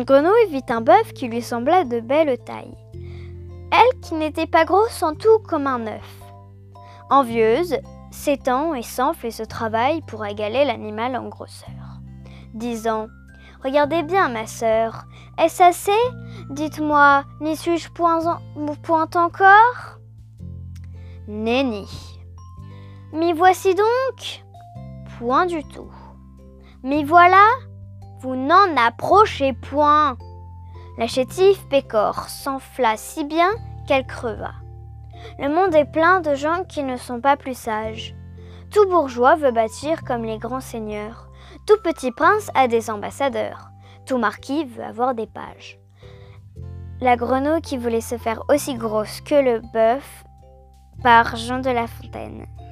grenouille vit un bœuf qui lui sembla de belle taille. Elle qui n'était pas grosse en tout comme un œuf. Envieuse, s'étend et s'enfle et se travaille pour égaler l'animal en grosseur, disant « Regardez bien, ma sœur, est-ce assez? Dites-moi, n'y suis-je point encore ?» Nenni. M'y voici donc? Point du tout. M'y voilà? Vous n'en approchez point. La chétive pécore s'enfla si bien qu'elle creva. Le monde est plein de gens qui ne sont pas plus sages. Tout bourgeois veut bâtir comme les grands seigneurs. Tout petit prince a des ambassadeurs. Tout marquis veut avoir des pages. La grenouille qui voulait se faire aussi grosse que le bœuf par Jean de La Fontaine.